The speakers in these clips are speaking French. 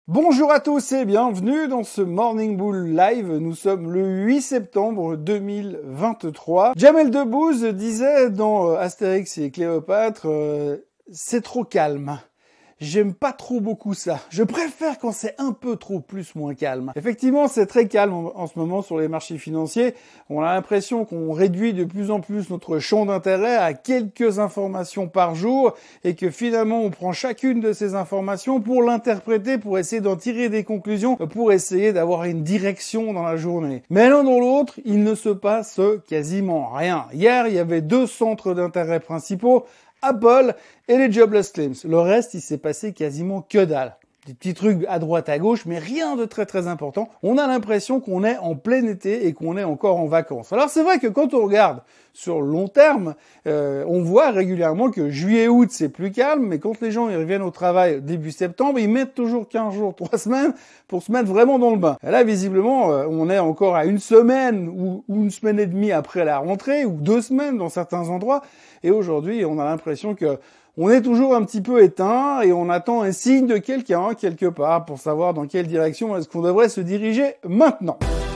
Bonjour à tous et bienvenue dans ce Morning Bull Live. Nous sommes le 8 septembre 2023. Jamel Debbouze disait dans Astérix et Cléopâtre, c'est trop calme. J'aime pas trop beaucoup ça. Je préfère quand c'est un peu trop plus moins calme. Effectivement, c'est très calme en ce moment sur les marchés financiers. On a l'impression qu'on réduit de plus en plus notre champ d'intérêt à quelques informations par jour et que finalement on prend chacune de ces informations pour l'interpréter, pour essayer d'en tirer des conclusions, pour essayer d'avoir une direction dans la journée. Mais l'un dans l'autre, il ne se passe quasiment rien. Hier, il y avait deux centres d'intérêt principaux, Apple et les jobless claims. Le reste, il s'est passé quasiment que dalle. Des petits trucs à droite à gauche, mais rien de très très important. On a l'impression qu'on est en plein été et qu'on est encore en vacances. Alors c'est vrai que quand on regarde sur le long terme, on voit régulièrement que juillet-août c'est plus calme, mais quand les gens ils reviennent au travail début septembre, ils mettent toujours 15 jours, 3 semaines pour se mettre vraiment dans le bain. Et là, visiblement, on est encore à une semaine ou une semaine et demie après la rentrée, ou 2 semaines dans certains endroits. Et aujourd'hui, on a l'impression que on est toujours un petit peu éteint et on attend un signe de quelqu'un quelque part pour savoir dans quelle direction est-ce qu'on devrait se diriger maintenant.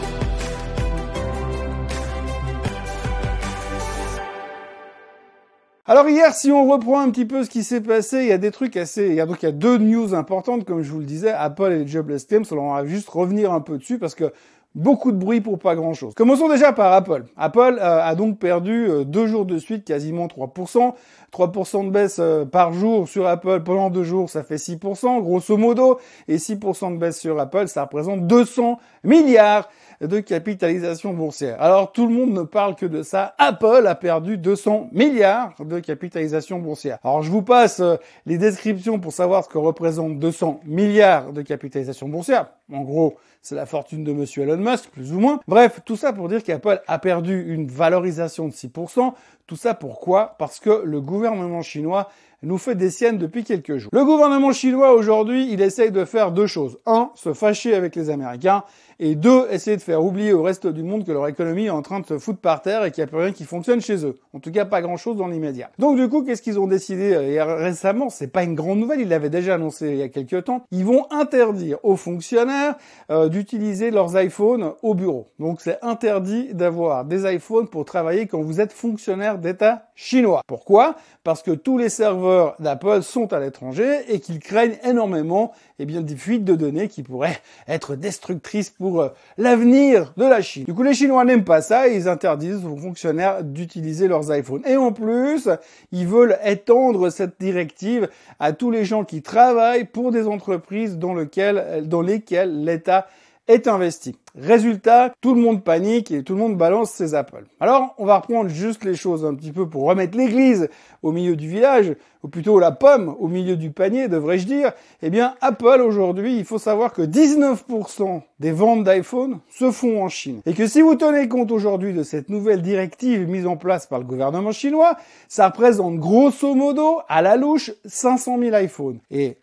Alors hier, si on reprend un petit peu ce qui s'est passé, il y a des trucs assez... Il y a deux news importantes, comme je vous le disais, Apple et les jobless claims. Alors on va juste revenir un peu dessus parce que beaucoup de bruit pour pas grand-chose. Commençons déjà par Apple. Apple a donc perdu 2 jours de suite, quasiment 3%. 3% de baisse par jour sur Apple pendant 2 jours, ça fait 6%, grosso modo. Et 6% de baisse sur Apple, ça représente 200 milliards de capitalisation boursière. Alors tout le monde ne parle que de ça. Apple a perdu 200 milliards de capitalisation boursière. Alors je vous passe les descriptions pour savoir ce que représente 200 milliards de capitalisation boursière. En gros, c'est la fortune de monsieur Elon Musk, plus ou moins. Bref, tout ça pour dire qu'Apple a perdu une valorisation de 6%. Tout ça pourquoi ? Parce que le gouvernement chinois nous fait des siennes depuis quelques jours. Le gouvernement chinois, aujourd'hui, il essaye de faire 2 choses. 1, se fâcher avec les Américains. Et 2, essayer de faire oublier au reste du monde que leur économie est en train de se foutre par terre et qu'il n'y a plus rien qui fonctionne chez eux. En tout cas, pas grand-chose dans l'immédiat. Donc du coup, qu'est-ce qu'ils ont décidé récemment ? C'est pas une grande nouvelle, ils l'avaient déjà annoncé il y a quelques temps. Ils vont interdire aux fonctionnaires d'utiliser leurs iPhones au bureau. Donc c'est interdit d'avoir des iPhones pour travailler quand vous êtes fonctionnaire d'État chinois. Pourquoi ? Parce que tous les serveurs d'Apple sont à l'étranger et qu'ils craignent énormément des fuites de données qui pourraient être destructrices pour l'avenir de la Chine. Du coup, les Chinois n'aiment pas ça et ils interdisent aux fonctionnaires d'utiliser leurs iPhones. Et en plus, ils veulent étendre cette directive à tous les gens qui travaillent pour des entreprises dans lesquelles l'État est investi. Résultat, tout le monde panique et tout le monde balance ses Apple. Alors, on va reprendre juste les choses un petit peu pour remettre l'église au milieu du village, ou plutôt la pomme au milieu du panier, devrais-je dire. Apple, aujourd'hui, il faut savoir que 19% des ventes d'iPhone se font en Chine. Et que si vous tenez compte aujourd'hui de cette nouvelle directive mise en place par le gouvernement chinois, ça représente grosso modo, à la louche, 500 000 iPhones. Et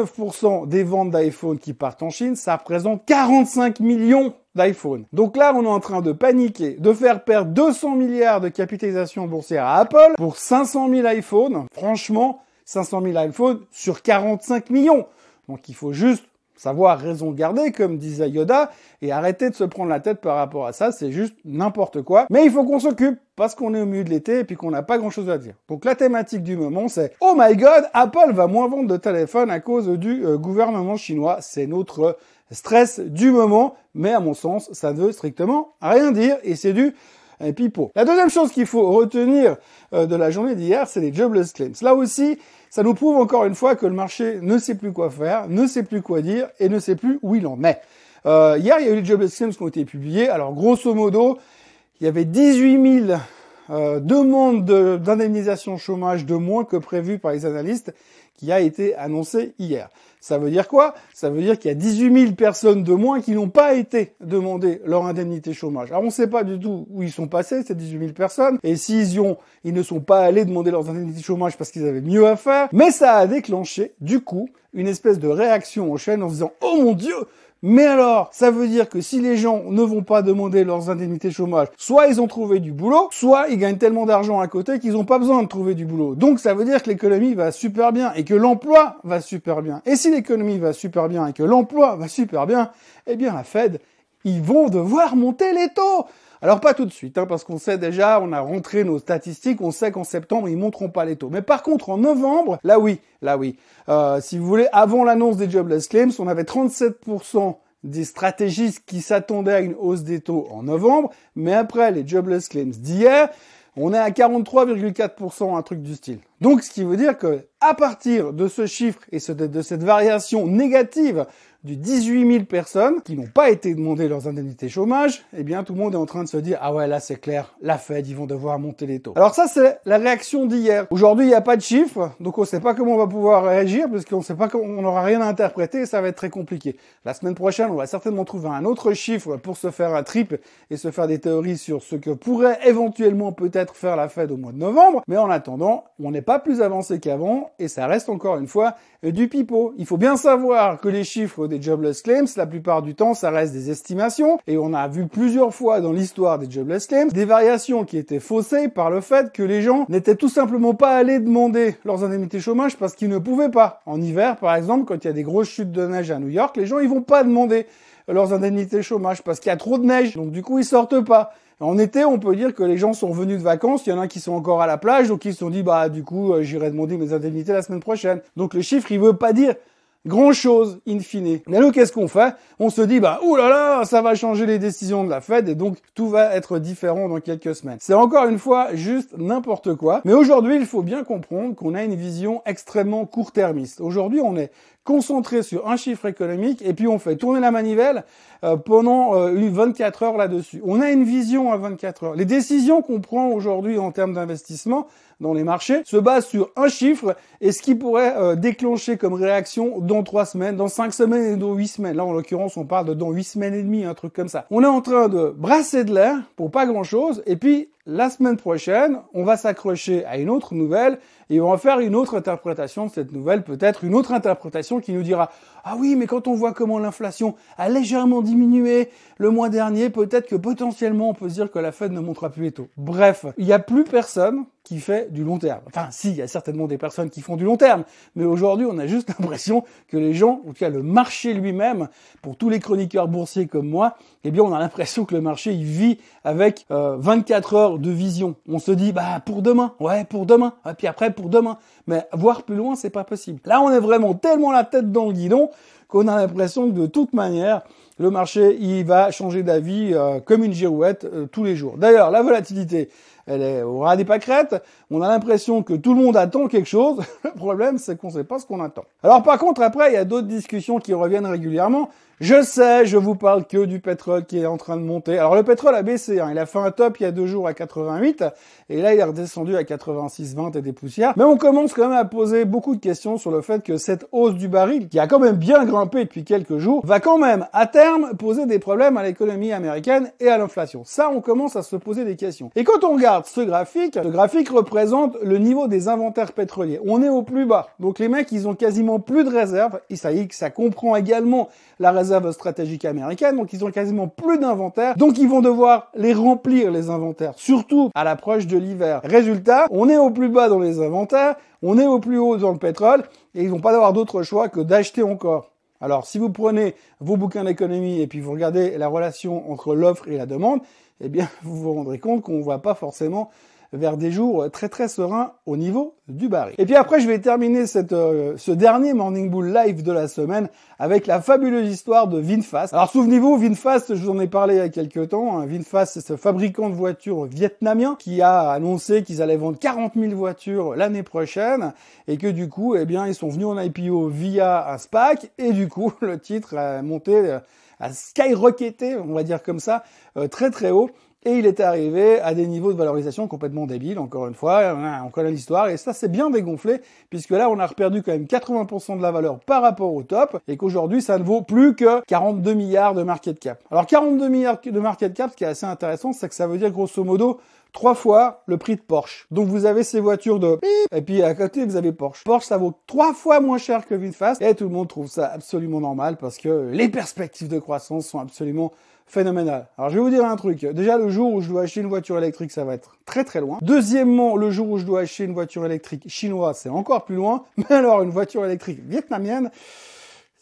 19% des ventes d'iPhone qui partent en Chine, ça représente 45 millions d'iPhone. Donc là, on est en train de paniquer, de faire perdre 200 milliards de capitalisation boursière à Apple pour 500 000 iPhones. Franchement, 500 000 iPhones sur 45 millions. Donc il faut juste savoir raison garder, comme disait Yoda, et arrêter de se prendre la tête par rapport à ça, c'est juste n'importe quoi. Mais il faut qu'on s'occupe, parce qu'on est au milieu de l'été et puis qu'on n'a pas grand-chose à dire. Donc la thématique du moment, c'est « Oh my God, Apple va moins vendre de téléphones à cause du gouvernement chinois ». C'est notre stress du moment, mais à mon sens, ça ne veut strictement rien dire, et c'est du pipeau. La deuxième chose qu'il faut retenir de la journée d'hier, c'est les jobless claims. Là aussi, ça nous prouve encore une fois que le marché ne sait plus quoi faire, ne sait plus quoi dire et ne sait plus où il en est. Hier, il y a eu les jobless claims qui ont été publiés. Alors, grosso modo, il y avait 18 000 demandes d'indemnisation chômage de moins que prévu par les analystes qui a été annoncé hier. Ça veut dire quoi ? Ça veut dire qu'il y a 18 000 personnes de moins qui n'ont pas été demandées leur indemnité chômage. Alors on ne sait pas du tout où ils sont passés, ces 18 000 personnes, et ils ne sont pas allés demander leurs indemnités chômage parce qu'ils avaient mieux à faire, mais ça a déclenché, du coup, une espèce de réaction en chaîne en se disant « Oh mon Dieu !» Mais alors, ça veut dire que si les gens ne vont pas demander leurs indemnités chômage, soit ils ont trouvé du boulot, soit ils gagnent tellement d'argent à côté qu'ils n'ont pas besoin de trouver du boulot. Donc ça veut dire que l'économie va super bien et que l'emploi va super bien. Et si l'économie va super bien et que l'emploi va super bien, eh bien la Fed, ils vont devoir monter les taux. Alors pas tout de suite, parce qu'on sait déjà, on a rentré nos statistiques, on sait qu'en septembre, ils monteront pas les taux. Mais par contre, en novembre, là oui. Si vous voulez, avant l'annonce des jobless claims, on avait 37% des stratégistes qui s'attendaient à une hausse des taux en novembre, mais après les jobless claims d'hier, on est à 43,4%, un truc du style. Donc, ce qui veut dire que, à partir de ce chiffre et de cette variation négative du 18 000 personnes qui n'ont pas été demandées leurs indemnités chômage, eh bien, tout le monde est en train de se dire, ah ouais, là, c'est clair, la Fed, ils vont devoir monter les taux. Alors ça, c'est la réaction d'hier. Aujourd'hui, il n'y a pas de chiffres, donc on ne sait pas comment on va pouvoir réagir, parce qu'on ne sait pas comment, on n'aura rien à interpréter et ça va être très compliqué. La semaine prochaine, on va certainement trouver un autre chiffre pour se faire un trip et se faire des théories sur ce que pourrait éventuellement peut-être faire la Fed au mois de novembre. Mais en attendant, on n'est pas plus avancé qu'avant et ça reste encore une fois du pipeau. Il faut bien savoir que les chiffres des jobless claims, la plupart du temps, ça reste des estimations et on a vu plusieurs fois dans l'histoire des jobless claims des variations qui étaient faussées par le fait que les gens n'étaient tout simplement pas allés demander leurs indemnités chômage parce qu'ils ne pouvaient pas. En hiver, par exemple, quand il y a des grosses chutes de neige à New York, les gens, ils vont pas demander leurs indemnités chômage parce qu'il y a trop de neige. Donc du coup, ils sortent pas. En été, on peut dire que les gens sont venus de vacances, il y en a qui sont encore à la plage, donc ils se sont dit, du coup, j'irai demander mes indemnités la semaine prochaine. Donc le chiffre, il veut pas dire grand-chose, in fine. Mais nous, qu'est-ce qu'on fait? On se dit, oulala, ça va changer les décisions de la Fed et donc tout va être différent dans quelques semaines. C'est encore une fois juste n'importe quoi. Mais aujourd'hui, il faut bien comprendre qu'on a une vision extrêmement court-termiste. Aujourd'hui, on est concentré sur un chiffre économique et puis on fait tourner la manivelle pendant 24 heures là-dessus. On a une vision à 24 heures. Les décisions qu'on prend aujourd'hui en termes d'investissement dans les marchés se basent sur un chiffre et ce qui pourrait déclencher comme réaction dans 3 semaines, dans 5 semaines et dans 8 semaines. Là, en l'occurrence, on parle de dans 8 semaines et demie, un truc comme ça. On est en train de brasser de l'air pour pas grand-chose et puis la semaine prochaine, on va s'accrocher à une autre nouvelle et on va faire une autre interprétation de cette nouvelle, peut-être une autre interprétation qui nous dira « Ah oui, mais quand on voit comment l'inflation a légèrement diminué le mois dernier, peut-être que potentiellement on peut se dire que la Fed ne montera plus les taux. » Bref, il n'y a plus personne qui fait du long terme. Enfin, si, il y a certainement des personnes qui font du long terme, mais aujourd'hui, on a juste l'impression que les gens, en tout cas le marché lui-même, pour tous les chroniqueurs boursiers comme moi, eh bien, on a l'impression que le marché, il vit avec 24 heures de vision. On se dit, pour demain, et puis après, pour demain. Mais voir plus loin, c'est pas possible. Là, on est vraiment tellement la tête dans le guidon qu'on a l'impression que de toute manière, le marché, il va changer d'avis comme une girouette tous les jours. D'ailleurs, la volatilité, elle est au ras des pâquerettes. On a l'impression que tout le monde attend quelque chose. Le problème, c'est qu'on ne sait pas ce qu'on attend. Alors par contre, après, il y a d'autres discussions qui reviennent régulièrement. Je sais, je vous parle que du pétrole qui est en train de monter. Alors le pétrole a baissé, il a fait un top il y a 2 jours à 88, et là il est redescendu à 86,20 et des poussières. Mais on commence quand même à poser beaucoup de questions sur le fait que cette hausse du baril, qui a quand même bien grimpé depuis quelques jours, va quand même, à terme, poser des problèmes à l'économie américaine et à l'inflation. Ça, on commence à se poser des questions. Et quand on regarde ce graphique représente le niveau des inventaires pétroliers. On est au plus bas. Donc les mecs, ils ont quasiment plus de réserves, et ça comprend également la réserve stratégique américaine, donc ils ont quasiment plus d'inventaire, donc ils vont devoir les remplir, les inventaires, surtout à l'approche de l'hiver. Résultat, on est au plus bas dans les inventaires, on est au plus haut dans le pétrole, et ils vont pas avoir d'autre choix que d'acheter encore. Alors, si vous prenez vos bouquins d'économie et puis vous regardez la relation entre l'offre et la demande, eh bien, vous vous rendrez compte qu'on ne va pas forcément vers des jours très très sereins au niveau du baril. Et puis après, je vais terminer ce dernier Morning Bull Live de la semaine avec la fabuleuse histoire de VinFast. Alors souvenez-vous, VinFast, je vous en ai parlé il y a quelques temps. VinFast, c'est ce fabricant de voitures vietnamien qui a annoncé qu'ils allaient vendre 40 000 voitures l'année prochaine et que du coup, eh bien, ils sont venus en IPO via un SPAC et du coup, le titre a monté, a skyrocketé, on va dire comme ça, très très haut. Et il est arrivé à des niveaux de valorisation complètement débiles, encore une fois, on connaît l'histoire, et ça c'est bien dégonflé, puisque là on a reperdu quand même 80% de la valeur par rapport au top, et qu'aujourd'hui ça ne vaut plus que 42 milliards de market cap. Alors 42 milliards de market cap, ce qui est assez intéressant, c'est que ça veut dire grosso modo 3 fois le prix de Porsche. Donc vous avez ces voitures de et puis à côté vous avez Porsche. Porsche ça vaut 3 fois moins cher que VinFast, et tout le monde trouve ça absolument normal, parce que les perspectives de croissance sont absolument phénoménal. Alors je vais vous dire un truc. Déjà, le jour où je dois acheter une voiture électrique, ça va être très très loin. Deuxièmement, le jour où je dois acheter une voiture électrique chinoise, c'est encore plus loin. Mais alors, une voiture électrique vietnamienne,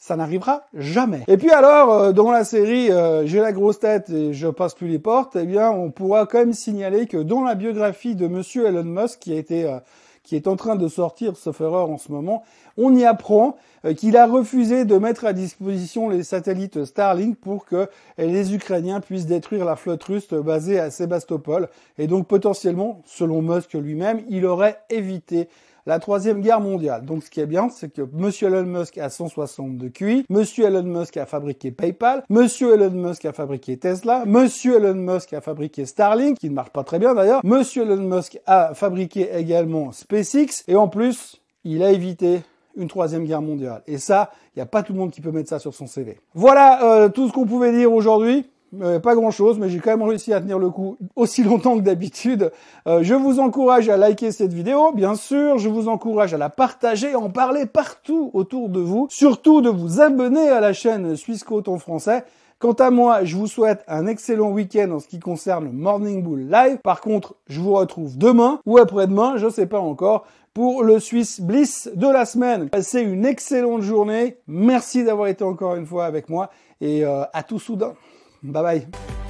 ça n'arrivera jamais. Et puis alors, dans la série J'ai la grosse tête et je passe plus les portes, eh bien, on pourra quand même signaler que dans la biographie de Monsieur Elon Musk, qui est en train de sortir, sauf erreur en ce moment, on y apprend qu'il a refusé de mettre à disposition les satellites Starlink pour que les Ukrainiens puissent détruire la flotte russe basée à Sébastopol. Et donc potentiellement, selon Musk lui-même, il aurait évité la Troisième Guerre mondiale. Donc ce qui est bien, c'est que Monsieur Elon Musk a 160 de QI, Monsieur Elon Musk a fabriqué PayPal, Monsieur Elon Musk a fabriqué Tesla, Monsieur Elon Musk a fabriqué Starlink, qui ne marche pas très bien d'ailleurs, Monsieur Elon Musk a fabriqué également SpaceX, et en plus, il a évité une Troisième Guerre mondiale. Et ça, il n'y a pas tout le monde qui peut mettre ça sur son CV. Voilà tout ce qu'on pouvait dire aujourd'hui. Pas grand chose, mais j'ai quand même réussi à tenir le coup aussi longtemps que d'habitude. Je vous encourage à liker cette vidéo, bien sûr. Je vous encourage à la partager, à en parler partout autour de vous. Surtout de vous abonner à la chaîne Suisse Côte en français. Quant à moi, je vous souhaite un excellent week-end en ce qui concerne le Morning Bull Live. Par contre, je vous retrouve demain ou après-demain, je sais pas encore, pour le Swiss Bliss de la semaine. Passez une excellente journée. Merci d'avoir été encore une fois avec moi et à tout soudain. Bye bye.